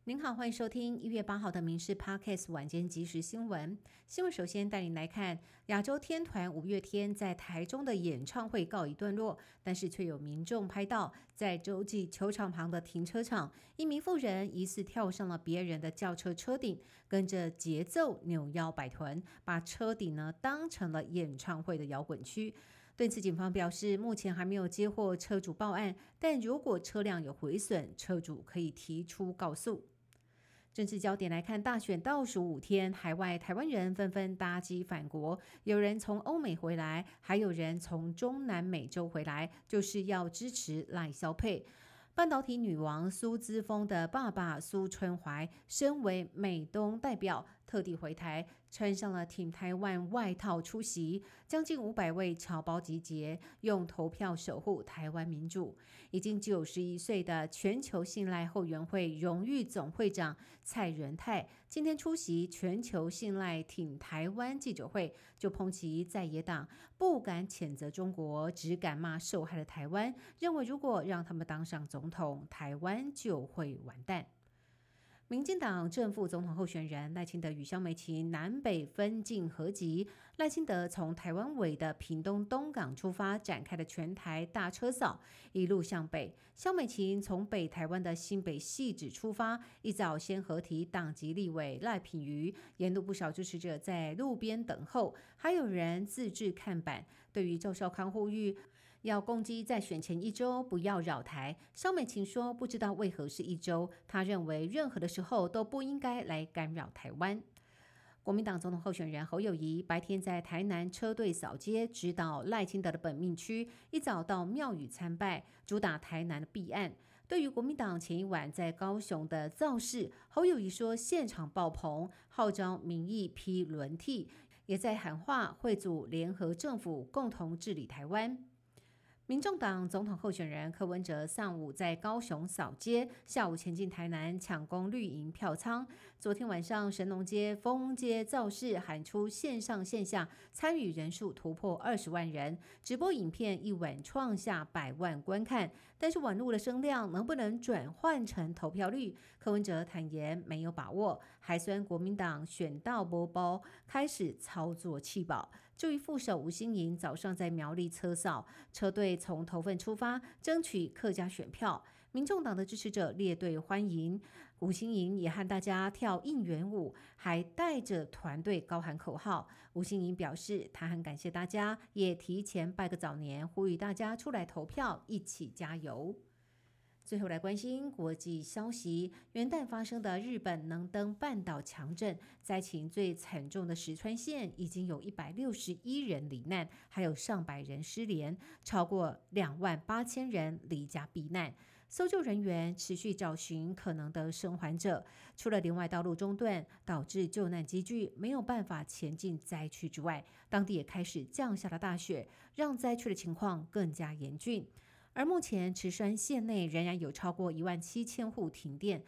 您好，欢迎收听1月8号的民事 Podcast 晚间即时新闻。新闻首先带您来看，亚洲天团五月天在台中的演唱会告一段落，但是却有民众拍到，在洲际球场旁的停车场，一名妇人疑似跳上了别人的轿车车顶，跟着节奏扭腰摆臀，把车顶当成了演唱会的摇滚区。对此，警方表示，目前还没有接获车主报案，但如果车辆有毁损，车主可以提出告诉。政治焦点来看，大选倒数5天，海外台湾人纷纷搭机返国，有人从欧美回来，还有人从中南美洲回来，就是要支持赖萧配。半导体女王苏姿丰的爸爸苏春怀，身为美东代表，特地回台，穿上了挺台湾外套出席，将近500位侨胞集结，用投票守护台湾民主。已经91岁的全球信赖后援会荣誉总会长蔡仁泰，今天出席全球信赖挺台湾记者会，就抨击在野党不敢谴责中国，只敢骂受害的台湾，认为如果让他们当上总统，台湾就会完蛋。民进党正副总统候选人赖清德与萧美琴南北分进合集，赖清德从台湾尾的屏东东港出发，展开了全台大车扫，一路向北。萧美琴从北台湾的新北汐止出发，一早先合体党籍立委赖品妤，沿路不少支持者在路边等候，还有人自制看板。对于赵少康呼吁要攻击在选前1周不要扰台，萧美琴说不知道为何是1周，她认为任何的时候都不应该来干扰台湾。国民党总统候选人侯友宜白天在台南车队扫街，指导赖清德的本命区，一早到庙宇参拜，主打台南的弊案。对于国民党前一晚在高雄的造势，侯友宜说现场爆棚，号召民意批轮替，也在喊话会组联合政府共同治理台湾。民众党总统候选人柯文哲上午在高雄扫街，下午前进台南抢攻绿营票仓。昨天晚上神农街、丰街造势，喊出线上线下参与人数突破20万人，直播影片一晚创下100万观看。但是网络的声量能不能转换成投票率？柯文哲坦言没有把握，还酸国民党选到波包，开始操作弃保。至于副手吴欣盈早上在苗栗车扫，车队从头份出发，争取客家选票。民众党的支持者列队欢迎，吴欣盈也和大家跳应援舞，还带着团队高喊口号。吴欣盈表示，他很感谢大家，也提前拜个早年，呼吁大家出来投票，一起加油。最后来关心国际消息，元旦发生的日本能登半岛强震，灾情最惨重的石川县已经有161人罹难，还有上百人失联，超过28000人离家避难。搜救人员持续找寻可能的生还者，除了连外道路中断，导致救难机具没有办法前进灾区之外，当地也开始降下了大雪，让灾区的情况更加严峻。而目前池川县内仍然有超过17000户停电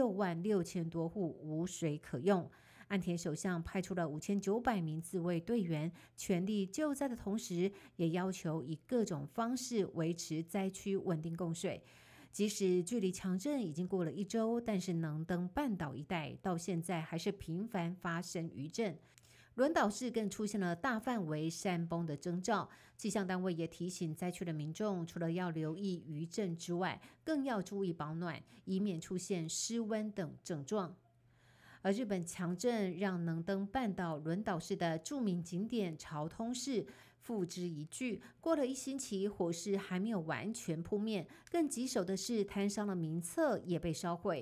，66000多户无水可用。岸田首相派出了5900名自卫队员，全力救灾的同时，也要求以各种方式维持灾区稳定供水。即使距离强震已经过了1周，但是能登半岛一带到现在还是频繁发生余震。轮岛市更出现了大范围山崩的征兆，气象单位也提醒灾区的民众，除了要留意余震之外，更要注意保暖，以免出现失温等症状。而日本强震让能登半岛轮岛市的著名景点朝通市付之一炬，过了1星期，火势还没有完全扑灭。更棘手的是，摊商的名册也被烧毁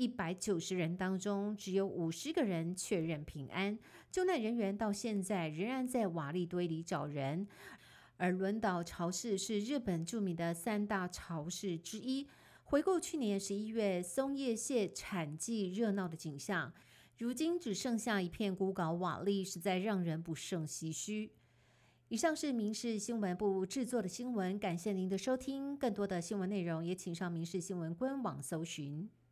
，190人当中只有50个人确认平安。救难人员到现在仍然在瓦砾堆里找人。而轮岛朝市是日本著名的3大朝市之一。回顾去年11月松叶蟹产季热闹的景象，如今只剩下一片枯槁瓦砾，实在让人不胜唏嘘。以上是民事新闻部制作的新闻，感谢您的收听。更多的新闻内容也请上民事新闻官网搜寻。